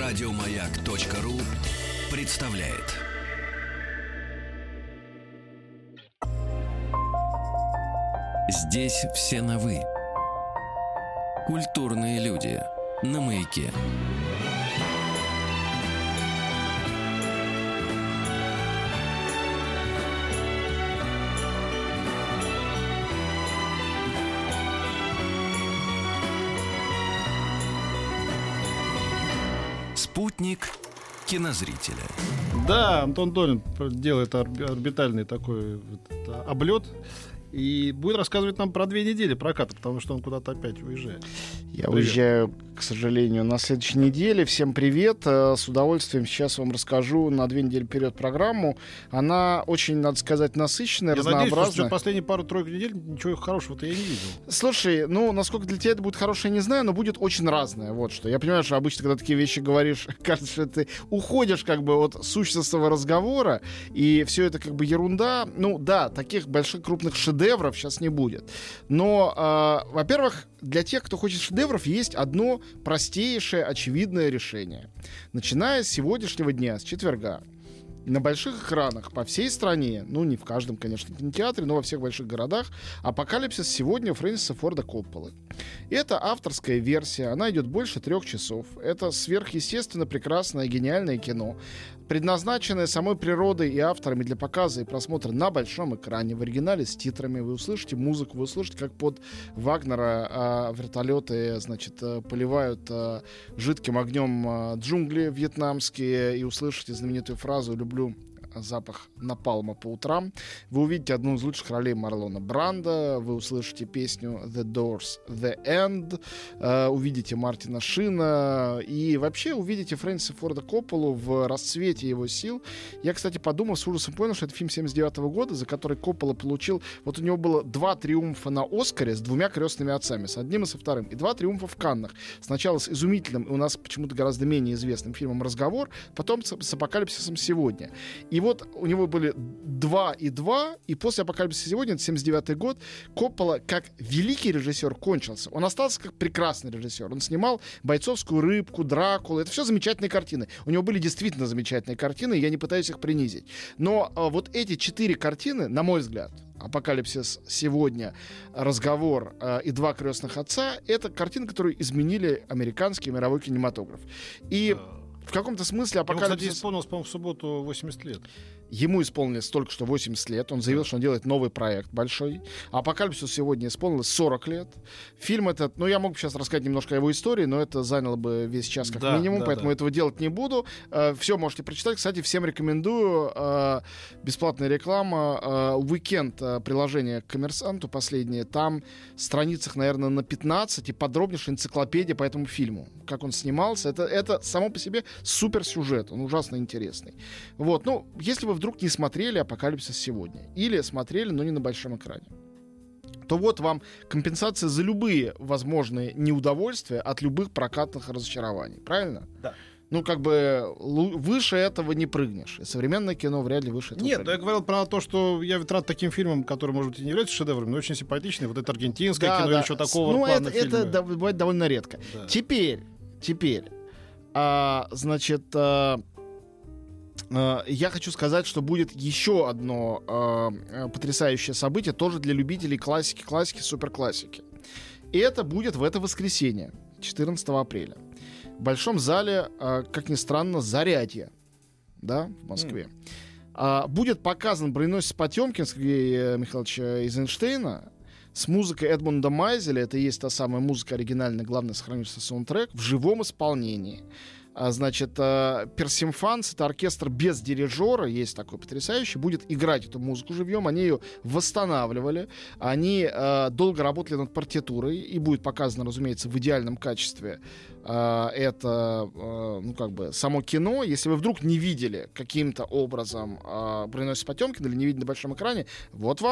Радиомаяк.ру представляет. Здесь все на «вы». Культурные люди на Маяке. Спутник кинозрителя. Да, Антон Долин делает орбитальный такой облет и будет рассказывать нам про 2 недели проката, потому что он куда-то опять уезжает. Я уезжаю, к сожалению, на следующей неделе. Всем привет. С удовольствием сейчас вам расскажу на 2 недели вперед программу. Она очень, надо сказать, насыщенная, разнообразная. Я надеюсь, что последние пару-тройку недель ничего хорошего-то я не видел. Слушай, насколько для тебя это будет хорошее, не знаю, но будет очень разное. Вот что. Я понимаю, что обычно, когда такие вещи говоришь, кажется, что ты уходишь как бы от сущностного разговора, и все это как бы ерунда. Ну да, таких больших крупных шедевров сейчас не будет. Но, во-первых, для тех, кто хочет шедевров, есть одно простейшее, очевидное решение. Начиная с сегодняшнего дня, с четверга, на больших экранах по всей стране, не в каждом, конечно, кинотеатре, но во всех больших городах, «Апокалипсис сегодня» Фрэнсиса Форда Копполы. Это авторская версия, она идет больше 3 часов. Это сверхъестественно прекрасное, гениальное кино, предназначенное самой природой и авторами для показа и просмотра на большом экране, в оригинале с титрами. Вы услышите музыку, вы услышите, как под Вагнера вертолеты, поливают жидким огнем джунгли вьетнамские, и услышите знаменитую фразу «люблю запах напалма по утрам». Вы увидите одну из лучших ролей Марлона Брандо, вы услышите песню The Doors, The End, увидите Мартина Шина и вообще увидите Фрэнсиса Форда Копполу в расцвете его сил. Я, кстати, подумал, с ужасом понял, что это фильм 79 года, за который Коппола получил... Вот у него было 2 триумфа на Оскаре с 2 крестными отцами, с одним и со вторым, и 2 триумфа в Каннах. Сначала с изумительным, и у нас почему-то гораздо менее известным фильмом «Разговор», потом с «Апокалипсисом сегодня». И вот у него были 2 и 2, и после «Апокалипсиса сегодня», это 79 год, Коппола как великий режиссер кончился. Он остался как прекрасный режиссер. Он снимал «Бойцовскую рыбку», «Дракулу». Это все замечательные картины. У него были действительно замечательные картины, и я не пытаюсь их принизить. Но вот эти 4 картины, на мой взгляд, «Апокалипсис сегодня», «Разговор» и «Два крестных отца» — это картины, которые изменили американский мировой кинематограф. И в каком-то смысле «Апокалипсис»... Ему, кстати, исполнилось, по-моему, в субботу 80 лет. Ему исполнилось только что 80 лет. Он заявил, что он делает новый проект большой. «Апокалипсису» сегодня исполнилось 40 лет. Фильм этот... я мог бы сейчас рассказать немножко о его истории, но это заняло бы весь час как минимум, поэтому этого делать не буду. Все можете прочитать. Кстати, всем рекомендую. Бесплатная реклама. «Уикенд» приложение к «Коммерсанту» последнее. Там в страницах, наверное, на 15 и подробнейшая энциклопедия по этому фильму. Как он снимался. Это само по себе суперсюжет. Он ужасно интересный. Вот. Если вы вдруг не смотрели «Апокалипсис сегодня» или смотрели, но не на большом экране, то вот вам компенсация за любые возможные неудовольствия от любых прокатных разочарований. Правильно? Да. Выше этого не прыгнешь. И современное кино вряд ли выше этого прыгнет. Я говорил про то, что я ведь рад таким фильмам, которые, может быть, и не являются шедевром, но очень симпатичные. Вот это аргентинское кино, или еще такого плана фильмы. Это бывает довольно редко. Да. Теперь, я хочу сказать, что будет еще одно потрясающее событие, тоже для любителей классики, суперклассики. И это будет в это воскресенье, 14 апреля. В Большом зале, как ни странно, «Зарядье», да, в Москве. Будет показан «Броненосец Потемкин» Сергея Михайловича Эйзенштейна с музыкой Эдмунда Майзеля. Это и есть та самая музыка оригинальная, главное, сохранившийся саундтрек в живом исполнении. Персимфанс, это оркестр без дирижера, есть такой потрясающий, будет играть эту музыку живьем. Они ее восстанавливали, они долго работали над партитурой, и будет показано, разумеется, в идеальном качестве это, само кино. Если вы вдруг не видели каким-то образом «Броненосец Потемкин» или не видели на большом экране, вот вам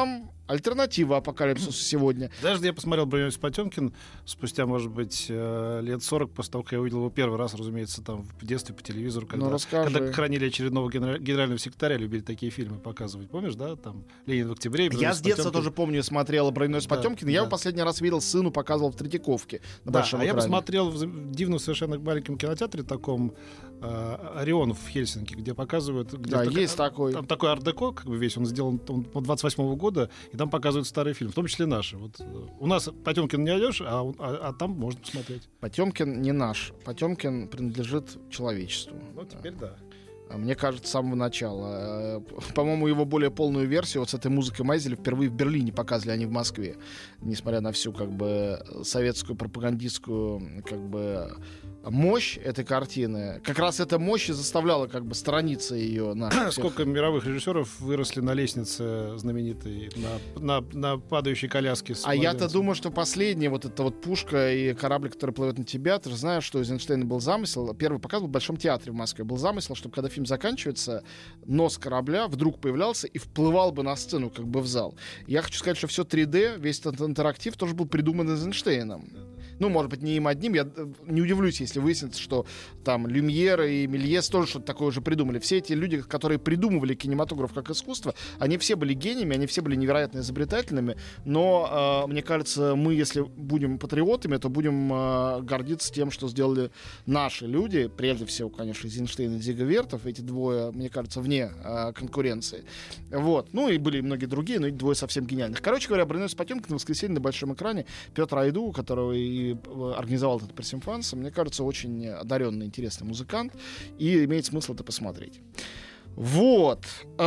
альтернатива апокалипсису сегодня. Даже я посмотрел «Броненосец Потемкин» спустя, может быть, лет 40 после того, как я увидел его первый раз, разумеется, там в детстве по телевизору, когда хранили очередного генерального секретаря, любили такие фильмы показывать. Помнишь, да? Там «Ленин в октябре». Я с детства тоже помню, смотрел «Броненосец Потемкин». Я его последний раз видел, сыну показывал в Третьяковке на большом экране. Я посмотрел в дивном совершенно маленьком кинотеатре таком «Орион» в Хельсинки, где показывают... Есть такой. Там такой арт-деко, как бы весь, он сделан 28-го года, и там показывают старые фильмы, в том числе наши. Вот у нас Потемкин не найдешь, а там можно посмотреть. Потемкин не наш. Потемкин принадлежит человечеству. Ну, теперь да. Мне кажется, с самого начала. По-моему, его более полную версию вот с этой музыкой Майзеля впервые в Берлине показывали, а не в Москве. Несмотря на всю как бы советскую пропагандистскую как бы мощь этой картины. Как раз эта мощь и заставляла как бы сторониться ее. Сколько мировых режиссеров выросли на лестнице знаменитой, на падающей коляске. А я-то думаю, что последняя вот эта вот пушка и корабль, который плывет на тебя, ты же знаешь, что у Эйзенштейна был замысел. Первый показ был в Большом театре в Москве. Был замысел, чтобы когда фильм заканчивается, нос корабля вдруг появлялся и вплывал бы на сцену, как бы в зал. Я хочу сказать, что все 3D, весь этот интерактив тоже был придуман Эйзенштейном. Ну, может быть, не им одним. Я не удивлюсь, если выяснится, что там Люмьер и Мельес тоже что-то такое уже придумали. Все эти люди, которые придумывали кинематограф как искусство, они все были гениями, они все были невероятно изобретательными. Но, мне кажется, мы, если будем патриотами, то будем гордиться тем, что сделали наши люди. Прежде всего, конечно, Эйзенштейн и Зиговертов. Эти двое, мне кажется, вне конкуренции. Вот. Ну, и были многие другие, но эти двое совсем гениальных. Короче говоря, «Броненосец Потемкин» в воскресенье на большом экране. Петр Айду, которого и организовал этот пресс-инфанс, мне кажется, очень одаренный, интересный музыкант, и имеет смысл это посмотреть. Вот.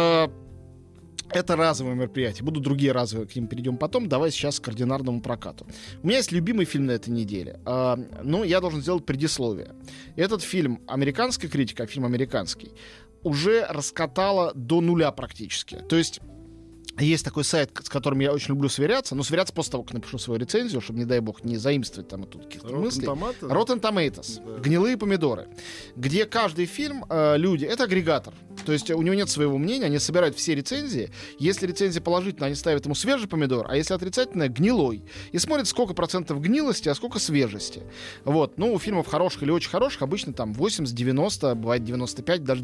Это разовое мероприятие. Будут другие разовые, к ним перейдем потом. Давай сейчас к ординарному прокату. У меня есть любимый фильм на этой неделе. Но я должен сделать предисловие. Этот фильм, американская критика, фильм американский, уже раскатала до нуля практически. То есть есть такой сайт, с которым я очень люблю сверяться, но сверяться после того, как напишу свою рецензию, чтобы, не дай бог, не заимствовать там и тут каких-то мыслей. Rotten Tomatoes. Да. Гнилые помидоры. Где каждый фильм люди... Это агрегатор. То есть у него нет своего мнения, они собирают все рецензии. Если рецензия положительная, они ставят ему свежий помидор, а если отрицательная — гнилой. И смотрят, сколько процентов гнилости, а сколько свежести. Вот. Ну, у фильмов хороших или очень хороших обычно там 80-90, бывает 95, даже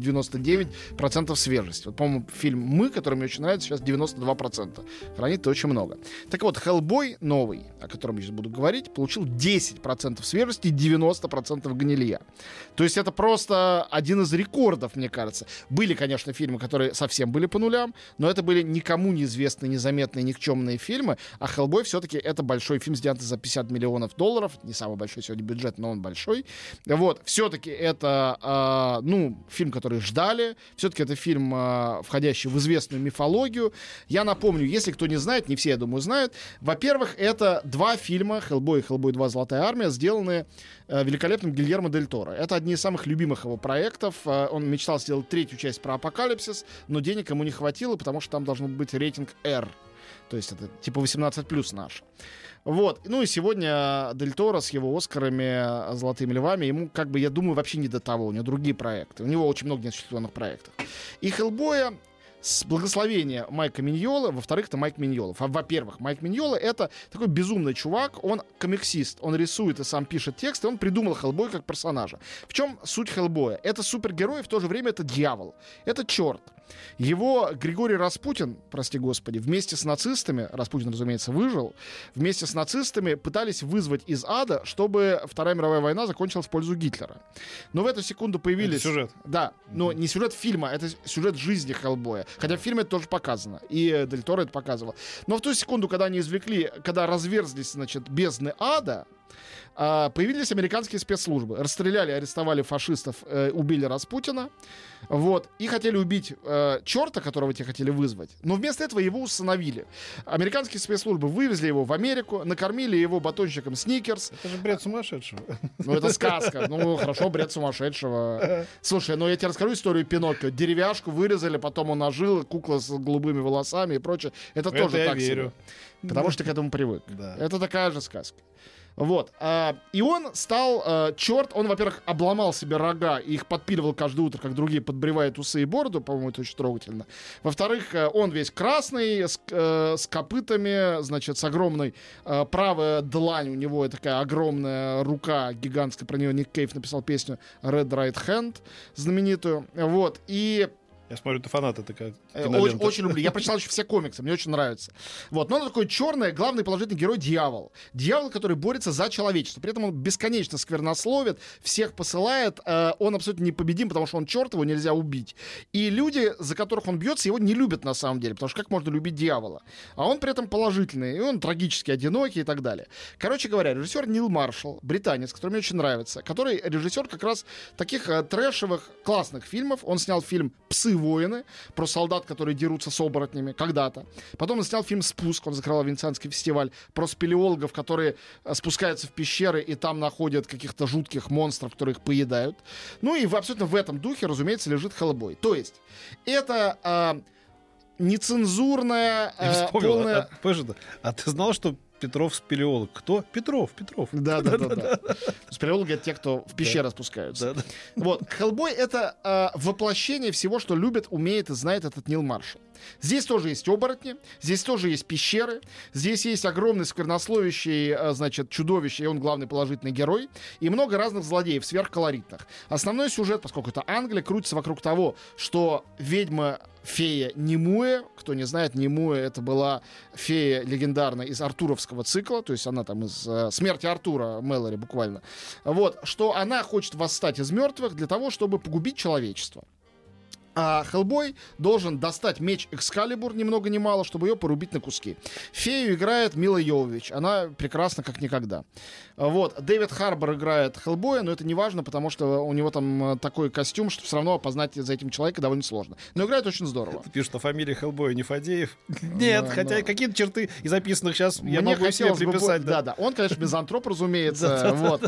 99% свежести. Вот, по-моему, фильм «Мы», который мне очень нравится, сейчас 92%. Хранит очень много. Так вот, «Хеллбой» новый, о котором я сейчас буду говорить, получил 10% свежести и 90% гнилья. То есть это просто один из рекордов, мне кажется. Были, конечно, фильмы, которые совсем были по нулям, но это были никому неизвестные, незаметные, никчемные фильмы, а «Хеллбой» все-таки это большой фильм, снятый за $50 миллионов. Не самый большой сегодня бюджет, но он большой. Вот. Все-таки это, фильм, который ждали. Все-таки это фильм, входящий в известную мифологию. Я напомню, если кто не знает, не все, я думаю, знают. Во-первых, это два фильма «Хеллбой» и «Хеллбой 2. Золотая армия», сделанные великолепным Гильермо Дель Торо. Это одни из самых любимых его проектов. Он мечтал сделать третью часть про апокалипсис, но денег ему не хватило, потому что там должен быть рейтинг R. То есть это типа 18+ наш. Вот. Ну и сегодня Дель Торо с его «Оскарами», «Золотыми львами», ему, как бы, я думаю, вообще не до того. У него другие проекты. У него очень много неосуществленных проектов. И «Хеллбоя» с благословения Майка Миньолы, во-вторых, это Майк Миньолов. Во-первых, Майк Миньола — это такой безумный чувак, он комиксист, он рисует и сам пишет тексты, он придумал Хеллбой как персонажа. В чем суть Хеллбоя? Это супергерой, в то же время это дьявол, это черт. Его Григорий Распутин, прости господи, вместе с нацистами, Распутин, разумеется, выжил, вместе с нацистами пытались вызвать из ада, чтобы Вторая мировая война закончилась в пользу Гитлера. Но в эту секунду появились... Это сюжет. Да, но не сюжет фильма, это сюжет жизни Хеллбоя. Хотя в фильме это тоже показано, и Дель Торо это показывал. Но в ту секунду, когда они извлекли, когда разверзлись, значит, бездны ада, появились американские спецслужбы. Расстреляли, арестовали фашистов, убили Распутина. Вот. И хотели убить черта, которого те хотели вызвать. Но вместо этого его усыновили. Американские спецслужбы вывезли его в Америку, накормили его батончиком Сникерс. Это же бред сумасшедшего. Ну, это сказка. Ну, хорошо, бред сумасшедшего. Слушай, ну я тебе расскажу историю Пиноккио. Деревяшку вырезали, потом он ожил, кукла с голубыми волосами и прочее. Это тоже так себе. Потому что ты к этому привык. Да. Это такая же сказка. Вот. И он стал черт. Он, во-первых, обломал себе рога и их подпиливал каждое утро, как другие подбривают усы и бороду. По-моему, это очень трогательно. Во-вторых, он весь красный, с копытами, значит, с огромной правая длань. У него такая огромная рука гигантская. Про нее Ник Кейв написал песню Red Right Hand знаменитую. Вот. И я смотрю, ты фанат этой киноленты. Очень люблю. Я прочитал еще все комиксы, мне очень нравится. Вот. Но он такой черный, главный положительный герой — дьявол. Дьявол, который борется за человечество. При этом он бесконечно сквернословит, всех посылает. Он абсолютно непобедим, потому что он черт, его нельзя убить. И люди, за которых он бьется, его не любят на самом деле. Потому что как можно любить дьявола? А он при этом положительный, и он трагически одинокий и так далее. Короче говоря, режиссер Нил Маршалл, британец, который мне очень нравится, который режиссер как раз таких трэшевых, классных фильмов. Он снял фильм «Псы-воины», про солдат, которые дерутся с оборотнями когда-то. Потом он снял фильм «Спуск», он закрывал Венецианский фестиваль, про спелеологов, которые спускаются в пещеры и там находят каких-то жутких монстров, которые их поедают. Ну и абсолютно в этом духе, разумеется, лежит «Хеллбой». То есть это нецензурная, полная... А ты знал, что Петров спелеолог? Кто? Петров. Да. Спелеологи — это те, кто в пещеры спускаются. Вот. «Хеллбой» — это воплощение всего, что любит, умеет и знает этот Нил Маршалл. Здесь тоже есть оборотни, здесь тоже есть пещеры, здесь есть огромный сквернословящий, значит, чудовище, и он главный положительный герой, и много разных злодеев, сверхколоритных. Основной сюжет, поскольку это Англия, крутится вокруг того, что ведьма-фея Немуэ, кто не знает, Немуэ — это была фея легендарная из артуровского цикла, то есть она там из «Смерти Артура» Мэлори буквально, вот, что она хочет восстать из мертвых для того, чтобы погубить человечество. А Хеллбой должен достать меч Экскалибур, ни много ни мало, чтобы ее порубить на куски. Фею играет Мила Йовович. Она прекрасна как никогда. Вот. Дэвид Харбор играет Хеллбоя, но это не важно, потому что у него там такой костюм, что все равно опознать за этим человека довольно сложно. Но играет очень здорово. Ты пишешь, что фамилия Хеллбоя не Фадеев? Нет, хотя какие-то черты из описанных сейчас я могу себе приписать. Да. Он, конечно, мизантроп, разумеется. Вот.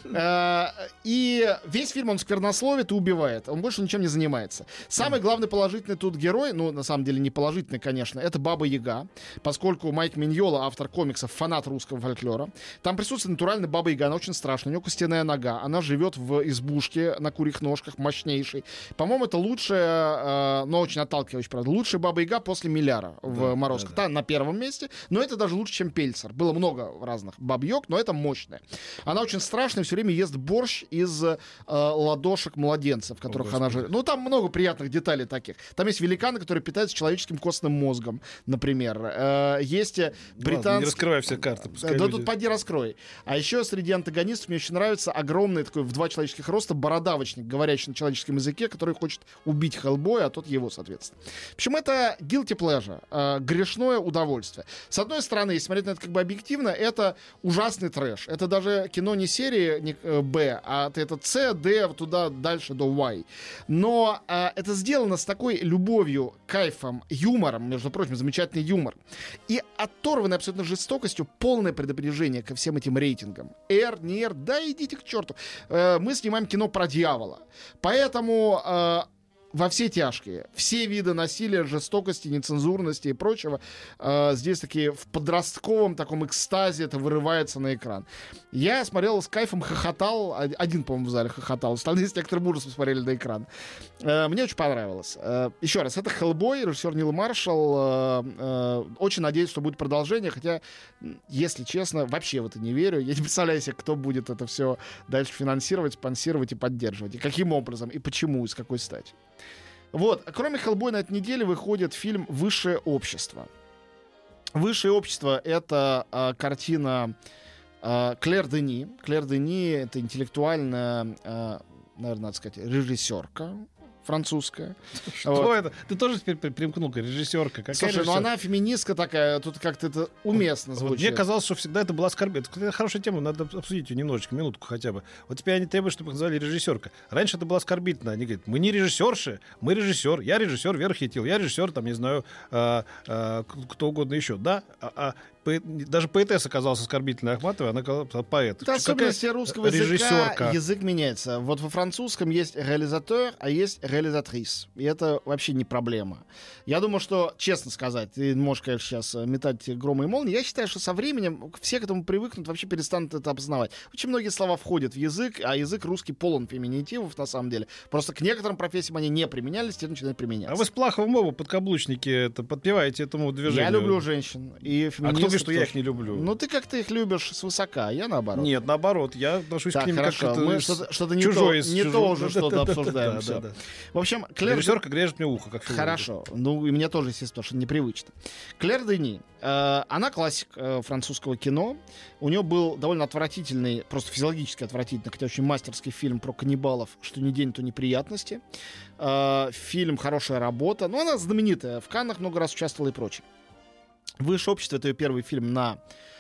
И весь фильм он сквернословит и убивает. Он больше ничем не занимается. Самый главный положительный тут герой, ну, на самом деле, не положительный, конечно, это Баба-Яга, поскольку Майк Миньола, автор комиксов, фанат русского фольклора. Там присутствует натуральная Баба-Яга, она очень страшная, у нее костяная нога, она живет в избушке на курьих ножках, мощнейшей. По-моему, это лучшая, но очень отталкивающая, правда, лучшая Баба-Яга после Миляра в «Морозках». Та на первом месте, но это даже лучше, чем Пельцер. Было много разных Баб-Ягг, но это мощная. Она очень страшная, все время ест борщ из ладошек младенцев, в которых она живет. Ну, там много приятных деталей таких. Там есть великаны, которые питаются человеческим костным мозгом, например. Есть британцы... Не раскрывай все карты. Да люди... тут поди раскрой. А еще среди антагонистов мне очень нравится огромный такой в 2 человеческих роста бородавочник, говорящий на человеческом языке, который хочет убить Хеллбоя, а тот его, соответственно. В общем, это guilty pleasure, грешное удовольствие. С одной стороны, если смотреть на это как бы объективно, это ужасный трэш. Это даже кино не серии Б, а это С, Д, туда дальше до Y. Но это сделано с такой любовью, кайфом, юмором, между прочим, замечательный юмор. И оторванной абсолютно жестокостью полное предопределение ко всем этим рейтингам. R, не R, да идите к черту. Мы снимаем кино про дьявола. Поэтому... во все тяжкие. Все виды насилия, жестокости, нецензурности и прочего здесь такие в подростковом таком экстазе это вырывается на экран. Я смотрел с кайфом, хохотал. Один, по-моему, в зале хохотал. Остальные с некоторым ужасом смотрели на экран. Мне очень понравилось. Еще раз, это «Хеллбой», режиссер Нил Маршалл. Очень надеюсь, что будет продолжение. Хотя, если честно, вообще в это не верю. Я не представляю себе, кто будет это все дальше финансировать, спонсировать и поддерживать. И каким образом, и почему, и с какой стати. Вот, кроме «Хеллбоя» на этой неделе выходит фильм «Высшее общество». «Высшее общество» — это картина Клэр Дени. Клэр Дени — это интеллектуальная, наверное, надо сказать, режиссерка французская. Что вот. Это? Ты тоже теперь примкнул к режиссерка. Слушай, ну она феминистка такая, тут как-то это уместно звучит. Мне казалось, что всегда это была оскорбительная. Это хорошая тема, надо обсудить ее немножечко, минутку хотя бы. Вот теперь они требуют, чтобы их назвали режиссерка. Раньше это было оскорбительно. Они говорят, мы не режиссерши, мы режиссер. Я режиссер, Вера Хитил. Я режиссер, там, не знаю, кто угодно еще. Да? даже поэтесса оказалась оскорбительной Ахматовой, она оказалась поэт. Это особенности русского языка, язык меняется. Вот во французском есть реализатор, а есть реализатрис. И это вообще не проблема. Я думаю, что, честно сказать, ты можешь, конечно, сейчас метать громы и молнии, я считаю, что со временем все к этому привыкнут, вообще перестанут это обосновать. Очень многие слова входят в язык, а язык русский полон феминитивов, на самом деле. Просто к некоторым профессиям они не применялись, теперь начинают применяться. А вы с Плаховым оба подкаблучники подпеваете этому движению? Я люблю женщин. И а кто говорит, что я их не люблю? Ну, ты как-то их любишь свысока, я наоборот. Нет, наоборот, я отношусь к ним хорошо. как мы что-то не то уже что-то обсуждаем. В общем, режиссерка грежет мне ухо, как филолог. Хорошо. Ну, и мне тоже, естественно, что непривычно. Клэр Дени. Она классик французского кино. У нее был довольно отвратительный, просто физиологически отвратительный, хотя очень мастерский фильм про каннибалов «Что ни день, то неприятности». Фильм «Хорошая работа». Ну, она знаменитая. В Каннах много раз участвовала и прочее. «Высшее общество» — это ее первый фильм на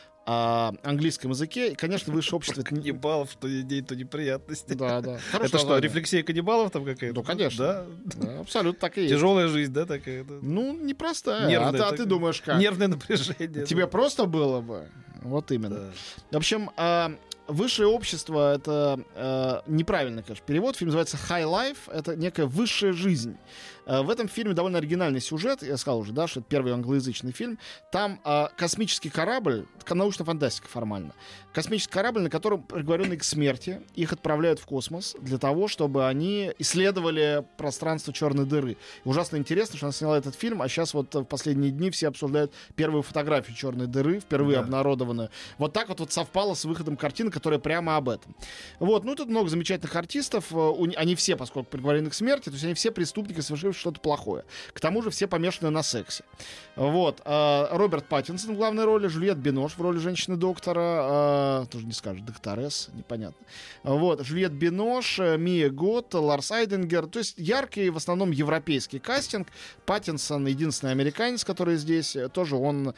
английском языке. И, конечно, «Высшее общество» — это каннибалов, что ни день, то неприятности. Да. Это что, рефлексия каннибалов там какая-то? Ну, конечно. Да, абсолютно так и есть. Тяжелая жизнь, да, такая? Ну, непростая. А ты думаешь, как? Нервное напряжение. Тебе просто было бы? Вот именно. В общем, «Высшее общество» — это неправильный, конечно, перевод. Фильм называется «High Life». Это некая высшая жизнь. В этом фильме довольно оригинальный сюжет. Я сказал уже, да, что это первый англоязычный фильм. Там космический корабль, научная фантастика формально. Космический корабль, на котором приговоренные к смерти. Их отправляют в космос для того, чтобы они исследовали пространство черной дыры. И ужасно интересно, что она сняла этот фильм, а сейчас вот в последние дни все обсуждают первую фотографию черной дыры, впервые обнародованную. Вот так вот совпало с выходом картины, которая прямо об этом. Вот, ну тут много замечательных артистов. Они все, поскольку приговорены к смерти, то есть они все преступники, совершившие что-то плохое. К тому же все помешаны на сексе. Вот. Роберт Паттинсон в главной роли, Жюльет Бинош в роли женщины-доктора, тоже не скажешь, докторесс, непонятно. Вот. Жюльет Бинош, Мия Гот, Ларс Айдингер. То есть яркий, в основном европейский кастинг. Паттинсон единственный американец, который здесь. Тоже он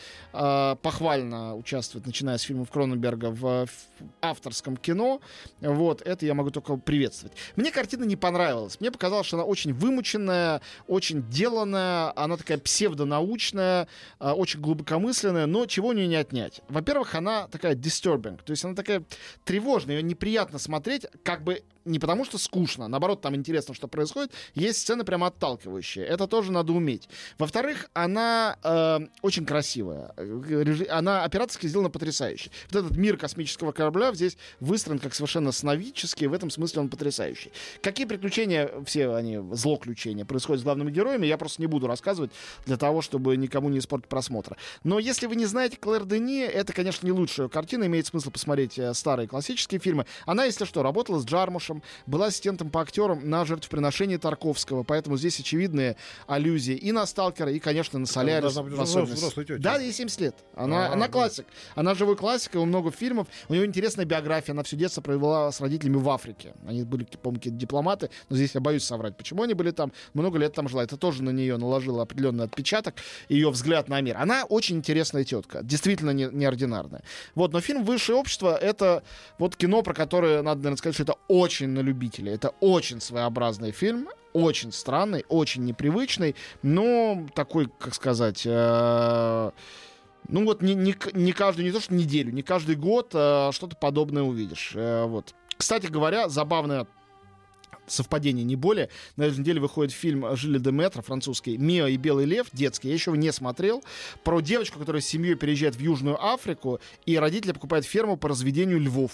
похвально участвует, начиная с фильмов Кроненберга, в авторском кино. Вот. Это я могу только приветствовать. Мне картина не понравилась. Мне показалось, что она очень вымученная, очень деланная, она такая псевдонаучная, очень глубокомысленная, но чего у нее не отнять. Во-первых, она такая disturbing, то есть она такая тревожная, ее неприятно смотреть, как бы не потому что скучно, наоборот, там интересно, что происходит, есть сцены прямо отталкивающие, это тоже надо уметь. Во-вторых, она очень красивая, она операторски сделана потрясающе. Вот этот мир космического корабля здесь выстроен как совершенно сновидческий, в этом смысле он потрясающий. Какие приключения, все они злоключения, происходят с главными героями, я просто не буду рассказывать для того, чтобы никому не испортить просмотра. Но если вы не знаете Клэр Дени, это, конечно, не лучшая картина, имеет смысл посмотреть старые классические фильмы. Она, если что, работала с Джармушем, была ассистентом по актерам на «Жертвоприношении» Тарковского, поэтому здесь очевидные аллюзии и на «Сталкера», и, конечно, на «Солярис». Да, ей 70 лет. Она классик. Она живой классик, у много фильмов. У нее интересная биография. Она все детство провела с родителями в Африке. Они были, по-моему, какие-то дипломаты, но здесь я боюсь соврать, почему они были там. Много лет там жила. Это тоже на нее наложило определенный отпечаток, ее взгляд на мир. Она очень интересная тетка, действительно неординарная. Вот, но фильм «Высшее общество» — это вот кино, про которое надо, наверное, сказать, что это очень на любителей. Это очень своеобразный фильм, очень странный, очень непривычный, но такой, как сказать, ну вот не каждую, не то что неделю, не каждый год что-то подобное увидишь. Вот. Кстати говоря, забавное совпадение, не более. На этой неделе выходит фильм Жиля де Метро, французский, «Мио и белый лев», детский. Я еще его не смотрел. Про девочку, которая с семьей переезжает в Южную Африку, и родители покупают ферму по разведению львов.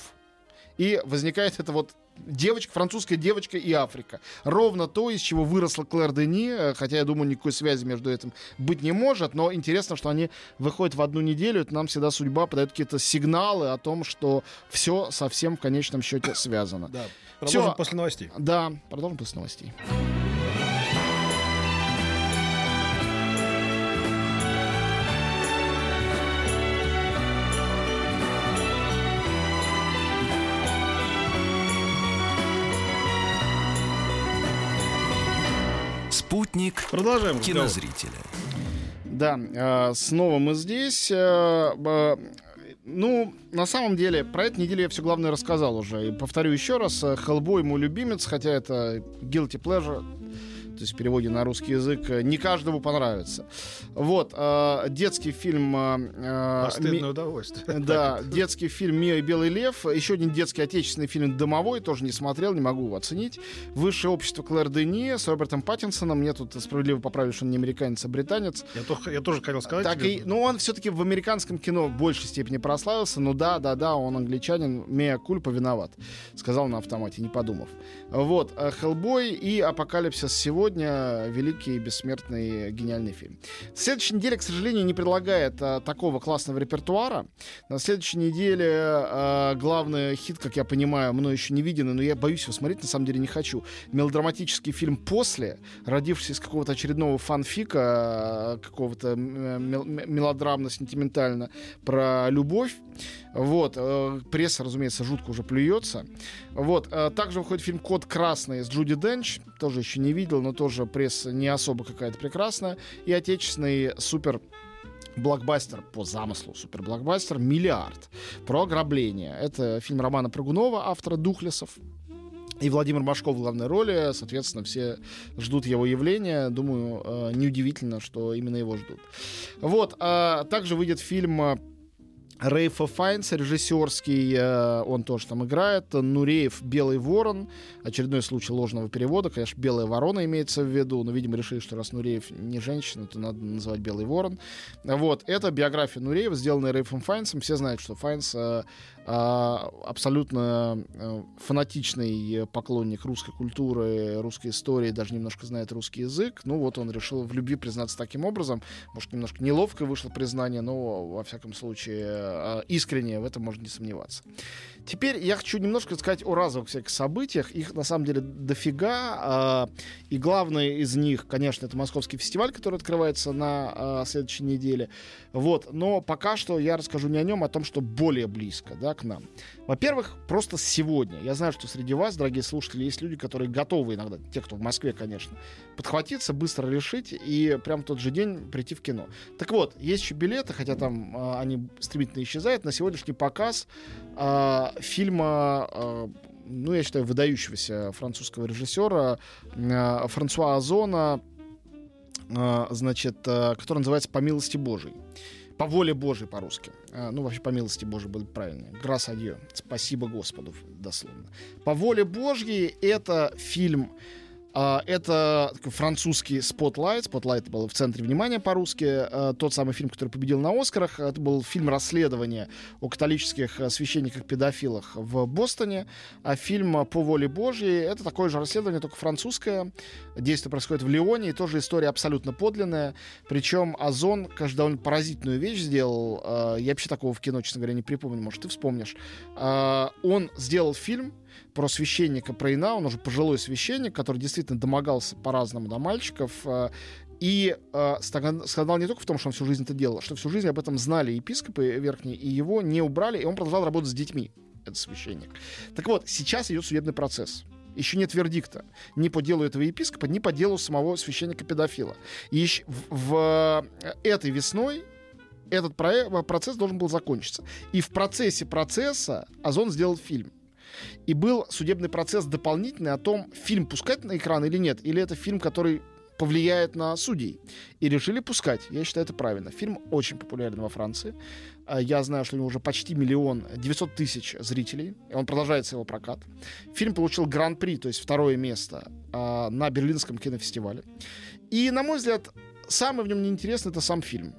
И возникает это вот девочка, французская девочка и Африка. Ровно то, из чего выросла Клэр Дени, хотя, я думаю, никакой связи между этим быть не может, но интересно, что они выходят в одну неделю, это нам всегда судьба подает какие-то сигналы о том, что все совсем в конечном счете связано. Да, продолжим после новостей. Да, продолжим после новостей. Спутник. Продолжаем кинозрителя. Да, снова мы здесь. Ну, на самом деле, про эту неделю я все главное рассказал уже. И повторю еще раз, «Хеллбой» мой любимец, хотя это guilty pleasure. то есть в переводе на русский язык, не каждому понравится. Вот, детский фильм... Постыдное удовольствие. Да, детский фильм «Миа и Белый лев». Еще один детский отечественный фильм «Домовой». Тоже не смотрел, не могу его оценить. «Высшее общество» Клэр Дени с Робертом Паттинсоном. Мне тут справедливо поправили, что он не американец, а британец. Я тоже хотел сказать. Так и, ну, он все-таки в американском кино в большей степени прославился. Ну да, он англичанин. «Меа кульпа» виноват. Сказал на автомате, не подумав. Вот. «Хеллбой» и «Апокалипсис сегодня». Великий, бессмертный, гениальный фильм. Следующая неделя, к сожалению, не предлагает такого классного репертуара. На следующей неделе главный хит, как я понимаю, мной еще не виден, но я боюсь его смотреть, на самом деле не хочу. Мелодраматический фильм «После», родившийся из какого-то очередного фанфика, какого-то мелодрамно-сентиментально про любовь. Вот. Пресса, разумеется, жутко уже плюется. Вот. Также выходит фильм «Код красный» с Джуди Денч. Тоже еще не видел, но тоже пресса не особо какая-то прекрасная. И отечественный супер блокбастер по замыслу, суперблокбастер «Миллиард» про ограбление. Это фильм Романа Прыгунова, автора «Духлесов». И Владимир Машков в главной роли. Соответственно, все ждут его явления. Думаю, неудивительно, что именно его ждут. Вот. Также выйдет фильм Рейфа Файнса, режиссерский, он тоже там играет. Нуреев «Белый ворон». Очередной случай ложного перевода. Конечно, «Белая ворона» имеется в виду, но, видимо, решили, что раз Нуреев не женщина, то надо называть «Белый ворон». Вот. Это биография Нуреева, сделанная Рейфом Файнсом. Все знают, что Файнс абсолютно фанатичный поклонник русской культуры, русской истории, даже немножко знает русский язык. Ну вот он решил в любви признаться таким образом. Может, немножко неловко вышло признание, но, во всяком случае, искренне, в этом можно не сомневаться. Теперь я хочу немножко сказать о разовых всяких событиях. Их, на самом деле, дофига. И главное из них, конечно, это Московский фестиваль, который открывается на следующей неделе. Вот. Но пока что я расскажу не о нем, а о том, что более близко, да, к нам. Во-первых, просто сегодня. Я знаю, что среди вас, дорогие слушатели, есть люди, которые готовы иногда, те, кто в Москве, конечно, подхватиться, быстро решить и прям в тот же день прийти в кино. Так вот, есть еще билеты, хотя там они стремительно исчезают. На сегодняшний показ фильма, ну, я считаю, выдающегося французского режиссера Франсуа Озона, значит, который называется «По милости Божией». «По воле Божией» по-русски. Ну, вообще, «по милости Божией» было правильно. «Грас а Дью». Спасибо Господу, дословно. «По воле Божьей» — это фильм... Это такой французский «Spotlight». «Spotlight» был в центре внимания по-русски. Тот самый фильм, который победил на «Оскарах». Это был фильм расследования о католических священниках-педофилах в Бостоне. А фильм «По воле Божьей» — это такое же расследование, только французское. Действие происходит в Лионе, и тоже история абсолютно подлинная. Причем Озон, конечно, довольно поразительную вещь сделал. Я вообще такого в кино, честно говоря, не припомню. Может, ты вспомнишь. Он сделал фильм про священника Прейна, он уже пожилой священник, который действительно домогался по-разному до мальчиков, и скандал не только в том, что он всю жизнь это делал, что всю жизнь об этом знали епископы верхние, и его не убрали, и он продолжал работать с детьми, этот священник. Так вот, сейчас идет судебный процесс. Еще нет вердикта ни по делу этого епископа, ни по делу самого священника-педофила. И в этой весной этот процесс должен был закончиться. И в процессе процесса Озон сделал фильм. И был судебный процесс дополнительный о том, фильм пускать на экран или нет, или это фильм, который повлияет на судей. И решили пускать. Я считаю, это правильно. Фильм очень популярен во Франции. Я знаю, что у него уже почти 1 900 000 зрителей. И он продолжает свой прокат. Фильм получил гран-при, то есть 2 место на Берлинском кинофестивале. И, на мой взгляд, самое в нем неинтересное — это сам фильм.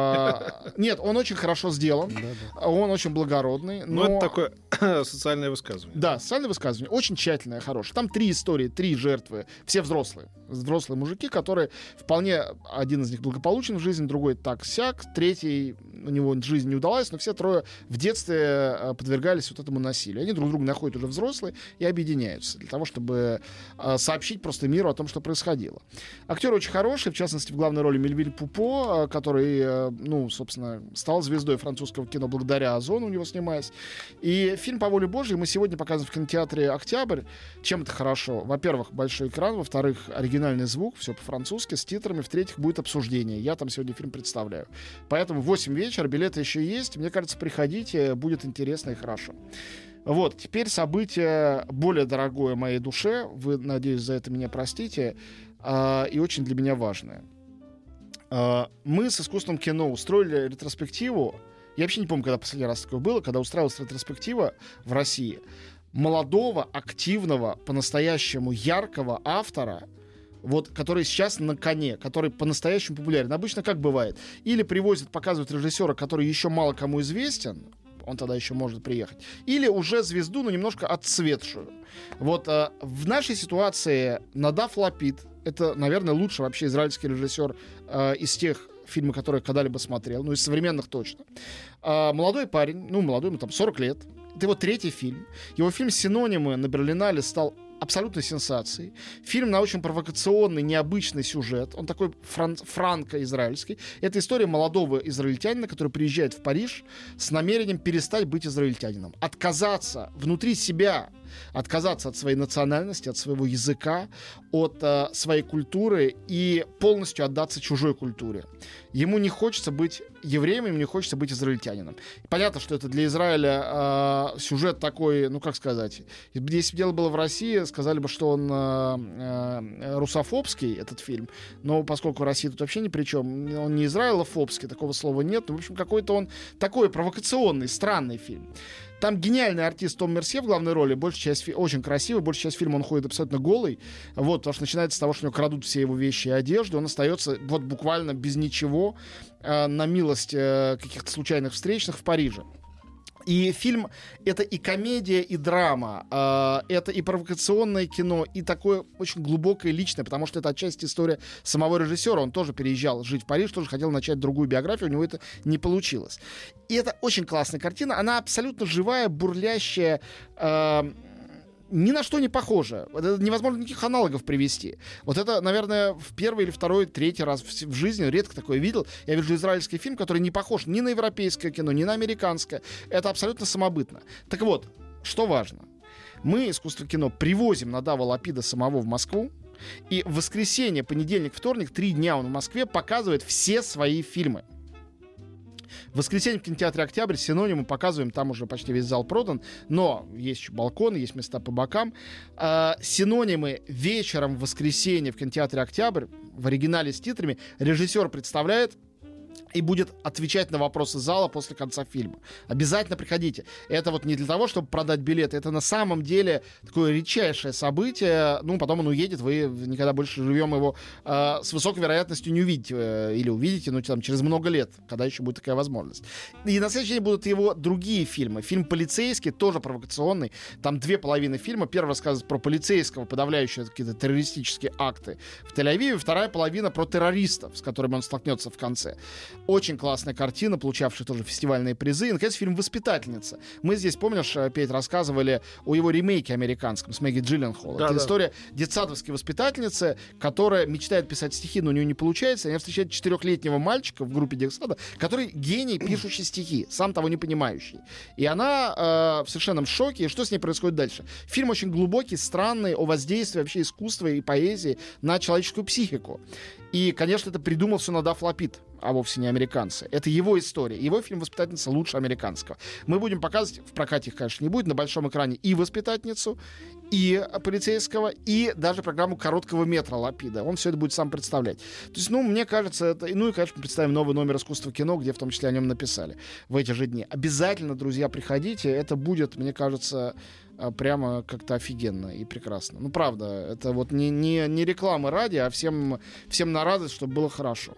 Нет, он очень хорошо сделан, он очень благородный. Но это такое социальное высказывание. Да, социальное высказывание, очень тщательное, хорошее. Там 3 истории, 3 жертвы, все взрослые мужики, которые вполне, один из них благополучен в жизни, другой так-сяк, третий, у него жизнь не удалась, но все 3 в детстве подвергались вот этому насилию. Они друг друга находят уже взрослые и объединяются для того, чтобы сообщить просто миру о том, что происходило. Актер очень хороший, в частности, в главной роли Мельвиль Пупо, который, ну, собственно, стал звездой французского кино благодаря Озону, у него снимаясь. И фильм «По воле Божьей» мы сегодня показываем в кинотеатре «Октябрь». Чем это хорошо? Во-первых, большой экран, во-вторых, оригинальный звук, все по-французски, с титрами, в-третьих, будет обсуждение. Я там сегодня фильм представляю. Поэтому в 8 вечера, билеты еще есть. Мне кажется, приходите, будет интересно и хорошо. Вот, теперь событие более дорогое моей душе. Вы, надеюсь, за это меня простите. и очень для меня важное. Мы с искусственным кино устроили ретроспективу. Я вообще не помню, когда последний раз такое было, когда устраивалась ретроспектива в России молодого, активного, по-настоящему яркого автора, вот, который сейчас на коне, который по-настоящему популярен. Обычно как бывает? Или привозят, показывают режиссера, который еще мало кому известен, он тогда еще может приехать, или уже звезду, но немножко отцветшую. Вот в нашей ситуации Надав Лапид, это, наверное, лучший вообще израильский режиссер из тех фильмов, которые я когда-либо смотрел, ну, из современных точно. Молодой парень, ну, молодой, ему там 40 лет, это его третий фильм. Его фильм «Синонимы» на Берлинале стал абсолютной сенсацией. Фильм на очень провокационный, необычный сюжет. Он такой франко-израильский. Это история молодого израильтянина, который приезжает в Париж с намерением перестать быть израильтянином. Отказаться внутри себя, отказаться от своей национальности, от своего языка, от своей культуры и полностью отдаться чужой культуре. Ему не хочется быть евреем, ему не хочется быть израильтянином. Понятно, что это для Израиля сюжет такой, ну как сказать, если бы дело было в России, сказали бы, что он русофобский, этот фильм, но поскольку Россия тут вообще ни при чем, он не израилофобский, такого слова нет, ну, в общем, какой-то он такой провокационный, странный фильм. Там гениальный артист Том Мерсье в главной роли, большая часть очень красивый, большая часть фильма он ходит абсолютно голый, вот, потому что начинается с того, что у него крадут все его вещи и одежду, он остается вот буквально без ничего на милость каких-то случайных встречных в Париже. И фильм — это и комедия, и драма, это и провокационное кино, и такое очень глубокое личное, потому что это отчасти история самого режиссера. Он тоже переезжал жить в Париж, тоже хотел начать другую биографию, у него это не получилось. И это очень классная картина, она абсолютно живая, бурлящая, ни на что не похоже. Это невозможно никаких аналогов привести. Вот это, наверное, в первый или второй, третий раз в жизни редко такое видел. Я вижу израильский фильм, который не похож ни на европейское кино, ни на американское. Это абсолютно самобытно. Так вот, что важно. Мы, искусство кино, привозим Надава Лапида самого в Москву. И в воскресенье, понедельник, вторник, 3 дня он в Москве показывает все свои фильмы. В воскресенье в кинотеатре «Октябрь» «Синонимы» показываем, там уже почти весь зал продан, но есть еще балконы, есть места по бокам. «Синонимы» вечером в воскресенье в кинотеатре «Октябрь» в оригинале с титрами режиссер представляет и будет отвечать на вопросы зала после конца фильма. Обязательно приходите. Это вот не для того, чтобы продать билеты, это на самом деле такое редчайшее событие. Ну, потом он уедет, вы никогда больше живем его с высокой вероятностью не увидите. Или увидите, ну, там, через много лет, когда еще будет такая возможность. И на следующий день будут его другие фильмы. Фильм «Полицейский», тоже провокационный. Там 2 половины фильма. Первая рассказывает про полицейского, подавляющего какие-то террористические акты в Тель-Авиве. Вторая половина про террористов, с которыми он столкнется в конце. Очень классная картина, получавшая тоже фестивальные призы. И, наконец, фильм «Воспитательница». Мы здесь, помнишь, Петь, рассказывали о его ремейке американском с Мэгги Джилленхол. Да, это история детсадовской воспитательницы, которая мечтает писать стихи, но у нее не получается. Она встречает 4-летнего мальчика в группе детсада, который гений, пишущий стихи, сам того не понимающий. И она в совершенном шоке. И что с ней происходит дальше? Фильм очень глубокий, странный, о воздействии вообще искусства и поэзии на человеческую психику. И, конечно, это придумал все Надав Лапид, а вовсе не американцы. Это его история. Его фильм «Воспитательница» лучше американского. Мы будем показывать, в прокате их, конечно, не будет, на большом экране и «Воспитательницу», и «Полицейского», и даже программу короткого метра Лапида. Он все это будет сам представлять. То есть, ну, мне кажется, это... Ну и, конечно, мы представим новый номер «Искусства кино», где в том числе о нем написали в эти же дни. Обязательно, друзья, приходите. Это будет, мне кажется, прямо как-то офигенно и прекрасно. Ну, правда, это вот не реклама ради, а всем на радость, чтобы было хорошо.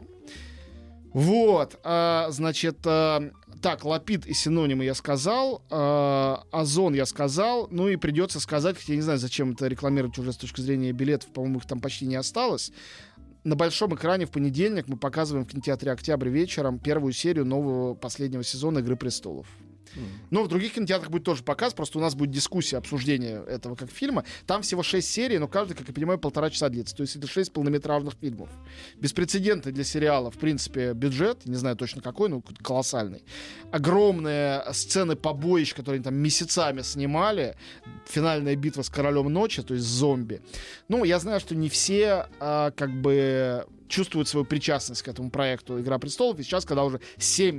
Вот, значит, так, Лапид и «Синонимы» я сказал, Озон я сказал, ну и придется сказать, хотя я не знаю, зачем это рекламировать уже с точки зрения билетов, по-моему, их там почти не осталось. На большом экране в понедельник мы показываем в кинотеатре «Октябрь» вечером первую серию нового последнего сезона «Игры престолов». Но в других кинотеатрах будет тоже показ, просто у нас будет дискуссия, обсуждение этого как фильма. Там всего 6 серий, но каждый, как я понимаю, 1,5 часа длится. То есть это 6 полнометражных фильмов. Беспрецедентный для сериала, в принципе, бюджет, не знаю точно какой, но колоссальный. Огромные сцены побоищ, которые они там месяцами снимали. Финальная битва с королем ночи, то есть с зомби. Ну, я знаю, что не все как бы чувствуют свою причастность к этому проекту «Игра престолов». И сейчас, когда уже 7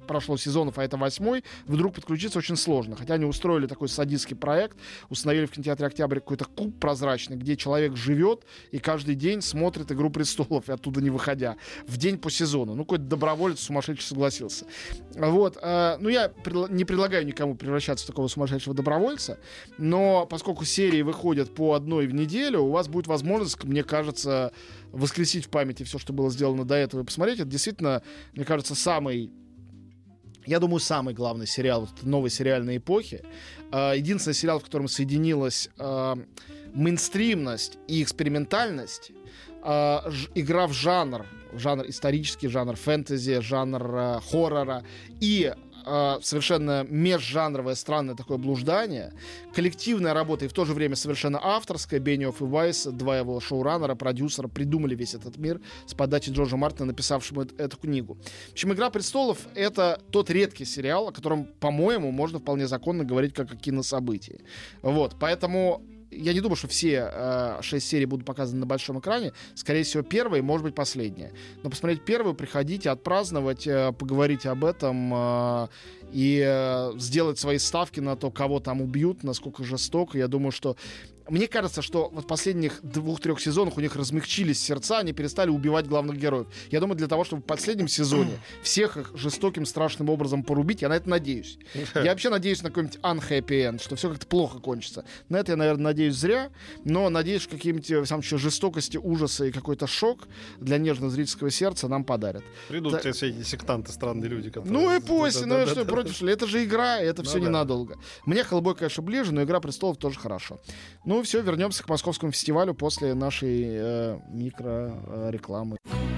прошло сезонов, а это 8-й, вдруг подключиться очень сложно. Хотя они устроили такой садистский проект, установили в кинотеатре «Октябрь» какой-то куб прозрачный, где человек живет и каждый день смотрит «Игру престолов», и оттуда не выходя, в день по сезону. Ну, какой-то доброволец сумасшедший согласился. Вот. Ну, я не предлагаю никому превращаться в такого сумасшедшего добровольца, но поскольку серии выходят по одной в неделю, у вас будет возможность, мне кажется, воскресить в памяти все, что было сделано до этого, и посмотреть. Это действительно, мне кажется, самый главный сериал вот новой сериальной эпохи. Единственный сериал, в котором соединилась мейнстримность и экспериментальность, игра в жанр исторический, жанр фэнтези, жанр хоррора и совершенно межжанровое странное такое блуждание, коллективная работа и в то же время совершенно авторская. Бениофф и Вайс, два его шоураннера, продюсера, придумали весь этот мир с подачи Джорджа Мартина, написавшему эту книгу. В общем, «Игра престолов» — это тот редкий сериал, о котором, по-моему, можно вполне законно говорить как о кинособытии. Вот, поэтому я не думаю, что все 6 серий будут показаны на большом экране. Скорее всего, первая, может быть, последняя. Но посмотреть первую, приходите, отпраздновать, поговорить об этом и сделать свои ставки на то, кого там убьют, насколько жестоко. Я думаю, что... Мне кажется, что вот в последних 2-3 сезонах у них размягчились сердца, они перестали убивать главных героев. Я думаю, для того, чтобы в последнем сезоне всех их жестоким, страшным образом порубить, я на это надеюсь. Я вообще надеюсь на какой-нибудь unhappy end, что все как-то плохо кончится. На это я, наверное, надеюсь зря, но надеюсь, что какие-нибудь самые жестокости, ужасы и какой-то шок для нежного зрительского сердца нам подарят. Придут все эти сектанты, странные люди, которые... Ну и пусть, ну и что, против ли? Это же игра, это все ненадолго. Мне «Хеллбой», конечно, ближе, но «Игра престолов» тоже хорошо. Ну все, вернемся к Московскому фестивалю после нашей микрорекламы.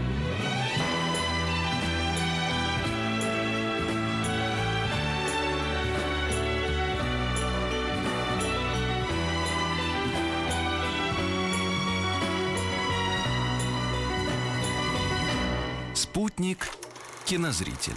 Спутник кинозрителя.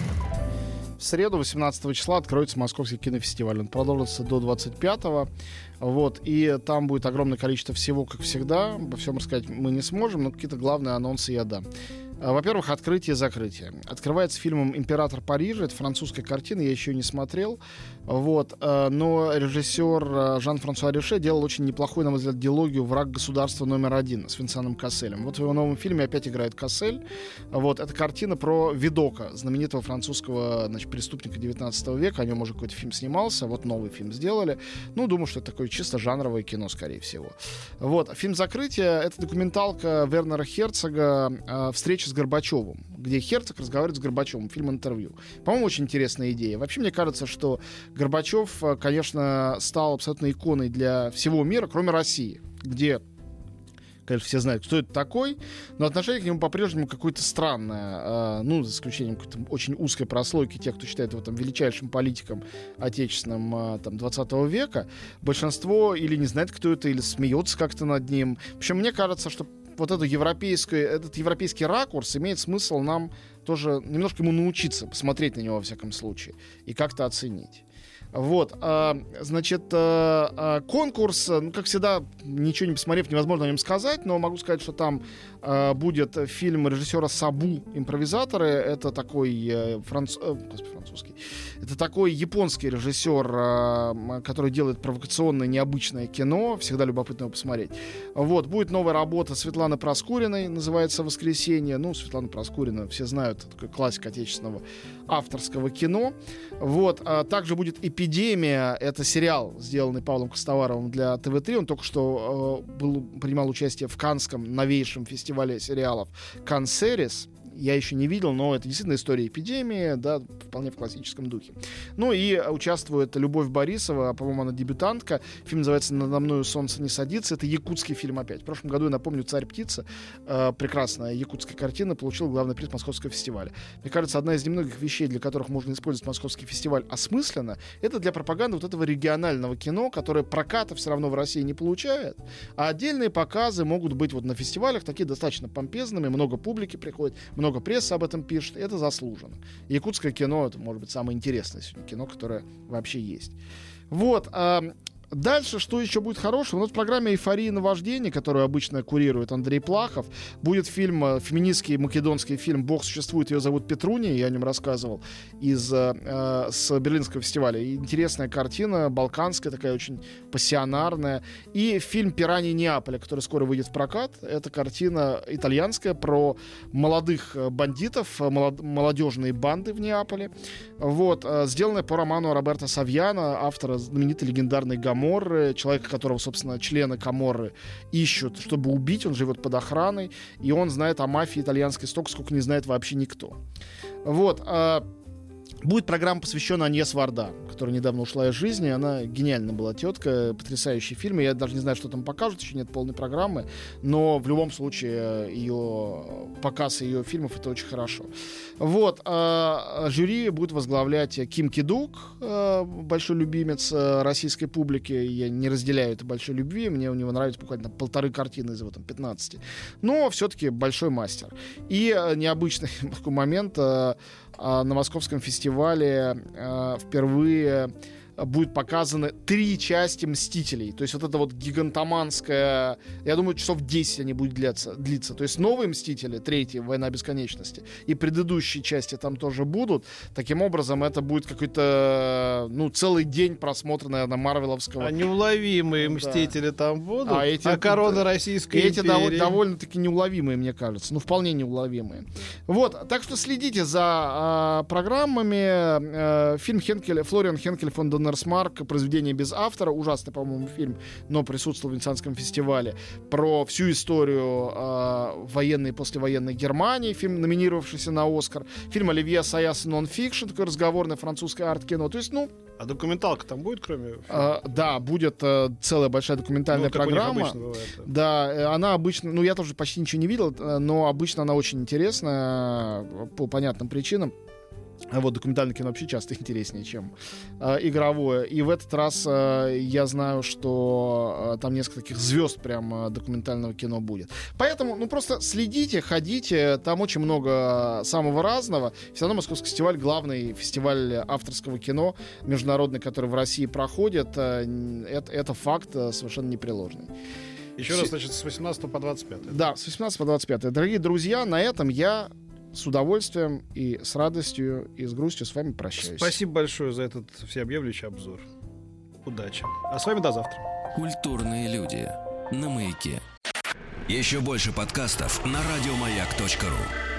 В среду, 18 числа, откроется Московский кинофестиваль. Он продолжится до 25-го. Вот, и там будет огромное количество всего, как всегда. Обо всем рассказать мы не сможем, но какие-то главные анонсы я дам. Во-первых, открытие и закрытие. Открывается фильмом «Император Парижа». Это французская картина, я еще не смотрел. Вот. Но режиссер Жан-Франсуа Рише делал очень неплохую, на мой взгляд, дилогию «Враг государства №1» с Винсаном Касселем. Вот в его новом фильме опять играет Кассель. Вот. Это картина про Видока, знаменитого французского, преступника 19 века. О нем уже какой-то фильм снимался. Вот новый фильм сделали. Ну, думаю, что это такое чисто жанровое кино, скорее всего. Вот. Фильм «Закрытие» — это документалка Вернера Херцога «Встреча с Горбачевым», где Херцог разговаривает с Горбачевым, фильм-интервью. По-моему, очень интересная идея. Вообще, мне кажется, что Горбачев, конечно, стал абсолютно иконой для всего мира, кроме России, где, конечно, все знают, кто это такой, но отношение к нему по-прежнему какое-то странное, ну, за исключением какой-то очень узкой прослойки тех, кто считает его там величайшим политиком отечественным 20 века. Большинство или не знает, кто это, или смеется как-то над ним. В общем, мне кажется, что вот этот европейский ракурс имеет смысл нам тоже немножко ему научиться, посмотреть на него во всяком случае и как-то оценить. Вот, значит, конкурс, ну, как всегда, ничего не посмотрев, невозможно о нем сказать, но могу сказать, что там будет фильм режиссера Сабу «Импровизаторы». Это такой французский. Это такой японский режиссер, который делает провокационное, необычное кино. Всегда любопытно его посмотреть. Вот, будет новая работа Светланы Проскуриной, называется «Воскресенье». Ну, Светлана Проскурина, все знают, это такой классик отечественного авторского кино. Вот, также будет «Эпидемия». Это сериал, сделанный Павлом Костоваровым для ТВ-3. Он только что принимал участие в Каннском новейшем фестивале сериалов «Канцерис». Я еще не видел, но это действительно история эпидемии, да, вполне в классическом духе. Ну и участвует Любовь Борисова, по-моему, она дебютантка. Фильм называется «Надо мною солнце не садится». Это якутский фильм опять. В прошлом году, я напомню, «Царь-птица», прекрасная якутская картина, получила главный приз Московского фестиваля. Мне кажется, одна из немногих вещей, для которых можно использовать Московский фестиваль осмысленно, это для пропаганды вот этого регионального кино, которое проката все равно в России не получает, а отдельные показы могут быть вот на фестивалях такие достаточно помпезными, много публики приходит, много прессы об этом пишет, это заслуженно. Якутское кино — это, может быть, самое интересное сегодня кино, которое вообще есть. Вот. Дальше, что еще будет хорошего? В программе «Эйфория и наваждение», которую обычно курирует Андрей Плахов, будет фильм, феминистский македонский фильм «Бог существует», ее зовут Петруния, я о нем рассказывал, с Берлинского фестиваля. Интересная картина, балканская, такая очень пассионарная. И фильм «Пираньи Неаполя», который скоро выйдет в прокат. Это картина итальянская про молодых бандитов, молодежные банды в Неаполе. Сделанная по роману Роберто Савьяно, автора знаменитой легендарной «Гоморры», человека, которого, собственно, члены Каморры ищут, чтобы убить. Он живет под охраной, и он знает о мафии итальянской столько, сколько не знает вообще никто. Будет программа, посвященная Аньес Варда, которая недавно ушла из жизни. Она гениальная была тетка, потрясающий фильм. Я даже не знаю, что там покажут, еще нет полной программы. Но в любом случае показ ее фильмов — это очень хорошо. Жюри будет возглавлять Ким Ки-дук, большой любимец российской публики. Я не разделяю этой большой любви. Мне у него нравится буквально 1,5 картины из его 15. Но все-таки большой мастер. И необычный такой момент. На Московском фестивале впервые будет показаны 3 части «Мстителей». То есть это гигантоманская... Я думаю, часов 10 они будут длиться. То есть новые «Мстители», 3-й, «Война бесконечности», и предыдущие части там тоже будут. Таким образом, это будет какой-то целый день просмотра, наверное, марвеловского. А неуловимые «Мстители» там будут? А корона Российской империи? Эти довольно-таки неуловимые, мне кажется. Вполне неуловимые. Так что следите за программами. Фильм Флориан Хенкель фон Доннерсмарк, произведение без автора, ужасный, по-моему, фильм, но присутствовал в Венецианском фестивале, про всю историю военной и послевоенной Германии, фильм, номинировавшийся на Оскар, фильм Оливье Ассаяса «Нон-фикшн», такое разговорное французское арт-кино. То есть, А документалка там будет, кроме да, будет целая большая документальная программа. Бывает, да, она обычно, я тоже почти ничего не видел, но обычно она очень интересная по понятным причинам. Документальное кино вообще часто интереснее, чем игровое. И в этот раз я знаю, что там несколько таких звезд прям документального кино будет. Поэтому, просто следите, ходите. Там очень много самого разного. Все равно Московский фестиваль — главный фестиваль авторского кино международный, который в России проходит. Это факт совершенно непреложный. Еще раз, значит, с 18 по 25. Да, с 18 по 25. Дорогие друзья, на этом я с удовольствием и с радостью и с грустью с вами прощаюсь. Спасибо большое за этот всеобъемлющий обзор. Удачи. А с вами до завтра. Культурные люди. На Маяке. Еще больше подкастов на радиомаяк.ру.